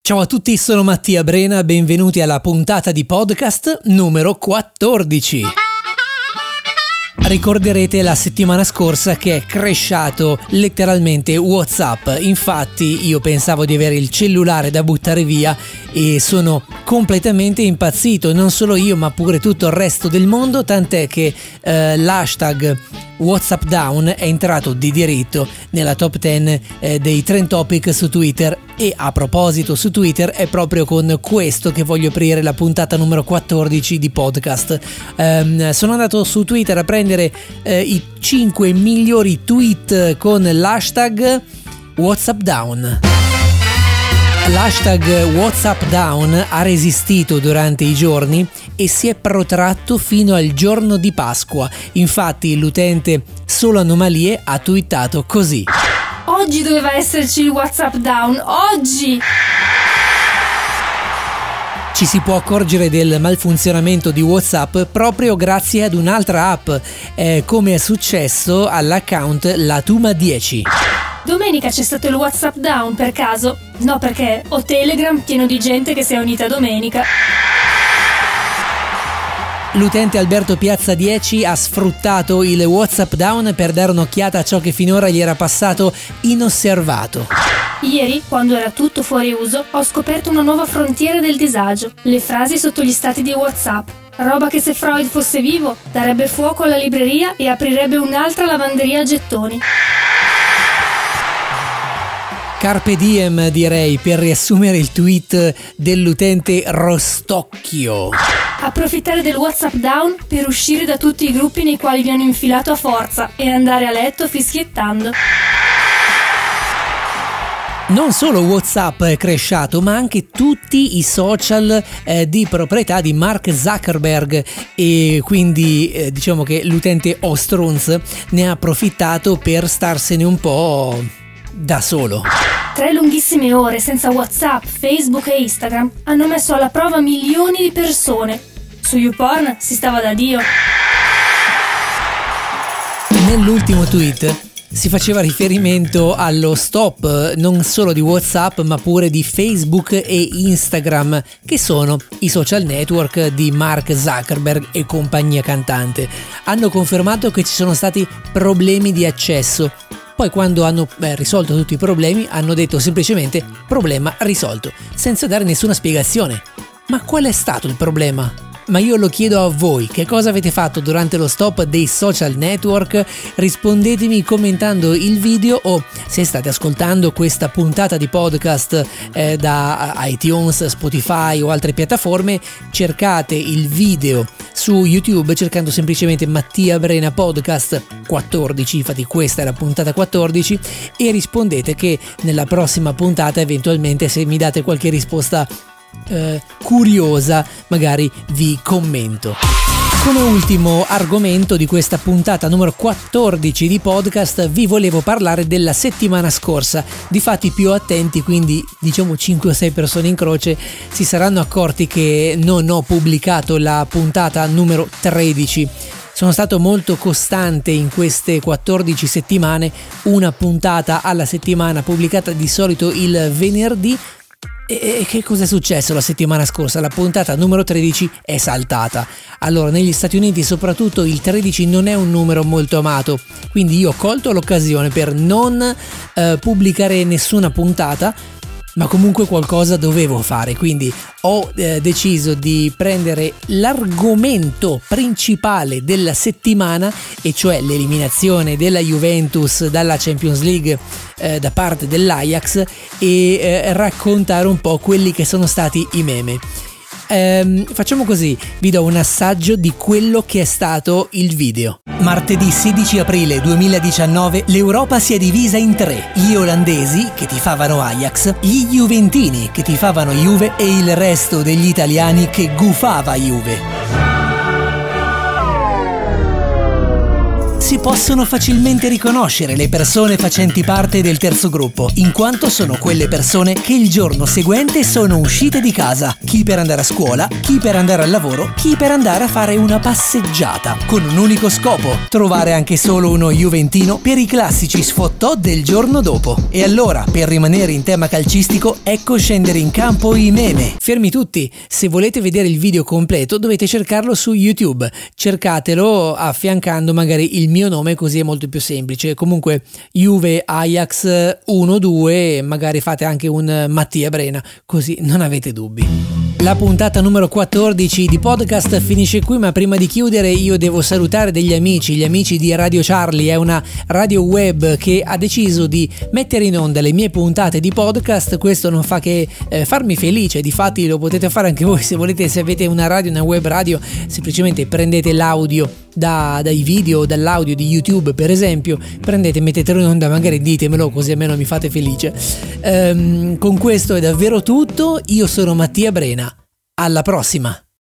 Ciao a tutti, sono Mattia Brena, benvenuti alla puntata di podcast numero 14. Ricorderete la settimana scorsa che è crashato letteralmente WhatsApp. Infatti io pensavo di avere il cellulare da buttare via e sono completamente impazzito, non solo io ma pure tutto il resto del mondo, tant'è che l'hashtag WhatsApp Down è entrato di diritto nella top 10 dei trend topic su Twitter. E a proposito, su Twitter è proprio con questo che voglio aprire la puntata numero 14 di podcast. Sono andato su Twitter a prendere i 5 migliori tweet con l'hashtag WhatsApp Down. L'hashtag WhatsApp Down ha resistito durante i giorni e si è protratto fino al giorno di Pasqua. Infatti l'utente Solo Anomalie ha twittato così: oggi doveva esserci il WhatsApp Down, oggi! Ci si può accorgere del malfunzionamento di WhatsApp proprio grazie ad un'altra app, come è successo all'account Latuma10. Domenica c'è stato il WhatsApp Down per caso? No, perché ho Telegram pieno di gente che si è unita domenica. L'utente Alberto Piazza 10 ha sfruttato il WhatsApp Down per dare un'occhiata a ciò che finora gli era passato inosservato. Ieri, quando era tutto fuori uso, ho scoperto una nuova frontiera del disagio: le frasi sotto gli stati di WhatsApp. Roba che se Freud fosse vivo darebbe fuoco alla libreria e aprirebbe un'altra lavanderia a gettoni. Carpe diem, direi, per riassumere il tweet dell'utente Rostocchio. Approfittare del WhatsApp Down per uscire da tutti i gruppi nei quali vi hanno infilato a forza e andare a letto fischiettando. Non solo WhatsApp è crashato, ma anche tutti i social di proprietà di Mark Zuckerberg, e quindi diciamo che l'utente Ostrunz ne ha approfittato per starsene un po' da solo. 3 lunghissime ore senza WhatsApp, Facebook e Instagram hanno messo alla prova milioni di persone. Su YouPorn si stava da Dio. Nell'ultimo tweet si faceva riferimento allo stop non solo di WhatsApp ma pure di Facebook e Instagram, che sono i social network di Mark Zuckerberg e compagnia cantante. Hanno confermato che ci sono stati problemi di accesso. Poi quando hanno risolto tutti i problemi hanno detto semplicemente problema risolto, senza dare nessuna spiegazione. Ma qual è stato il problema? Ma io lo chiedo a voi, che cosa avete fatto durante lo stop dei social network? Rispondetemi commentando il video, o se state ascoltando questa puntata di podcast da iTunes, Spotify o altre piattaforme, cercate il video su YouTube cercando semplicemente Mattia Brena Podcast 14, infatti questa è la puntata 14, e rispondete che nella prossima puntata, eventualmente, se mi date qualche risposta curiosa, magari vi commento. Come ultimo argomento di questa puntata numero 14 di podcast vi volevo parlare della settimana scorsa. Difatti i più attenti, quindi diciamo 5 o 6 persone in croce, si saranno accorti che non ho pubblicato la puntata numero 13. Sono stato molto costante in queste 14 settimane, una puntata alla settimana pubblicata di solito il venerdì. E che cosa è successo la settimana scorsa? La puntata numero 13 è saltata. Allora, negli Stati Uniti soprattutto il 13 non è un numero molto amato, quindi io ho colto l'occasione per non pubblicare nessuna puntata, ma comunque qualcosa dovevo fare, quindi ho deciso di prendere l'argomento principale della settimana, e cioè l'eliminazione della Juventus dalla Champions League da parte dell'Ajax, e raccontare un po' quelli che sono stati i meme. Facciamo così, vi do un assaggio di quello che è stato il video. Martedì 16 aprile 2019 l'Europa si è divisa in 3: gli olandesi che tifavano Ajax, gli juventini che tifavano Juve e il resto degli italiani che gufava Juve. Si possono facilmente riconoscere le persone facenti parte del terzo gruppo, in quanto sono quelle persone che il giorno seguente sono uscite di casa, chi per andare a scuola, chi per andare al lavoro, chi per andare a fare una passeggiata, con un unico scopo: trovare anche solo uno juventino per i classici sfottò del giorno dopo. E allora, per rimanere in tema calcistico, ecco scendere in campo i meme. Fermi tutti, se volete vedere il video completo dovete cercarlo su YouTube, cercatelo affiancando magari il mio nome, così è molto più semplice. Comunque Juve Ajax 1-2, magari fate anche un Mattia Brena, così non avete dubbi. La puntata numero 14 di podcast finisce qui, ma prima di chiudere io devo salutare degli amici, gli amici di Radio Charlie. È una radio web che ha deciso di mettere in onda le mie puntate di podcast. Questo non fa che farmi felice, difatti lo potete fare anche voi se volete, se avete una radio, una web radio, semplicemente prendete l'audio dai video, dall'audio di YouTube per esempio, prendete, mettetelo in onda, magari ditemelo così almeno mi fate felice. Con questo è davvero tutto, io sono Mattia Brena, alla prossima!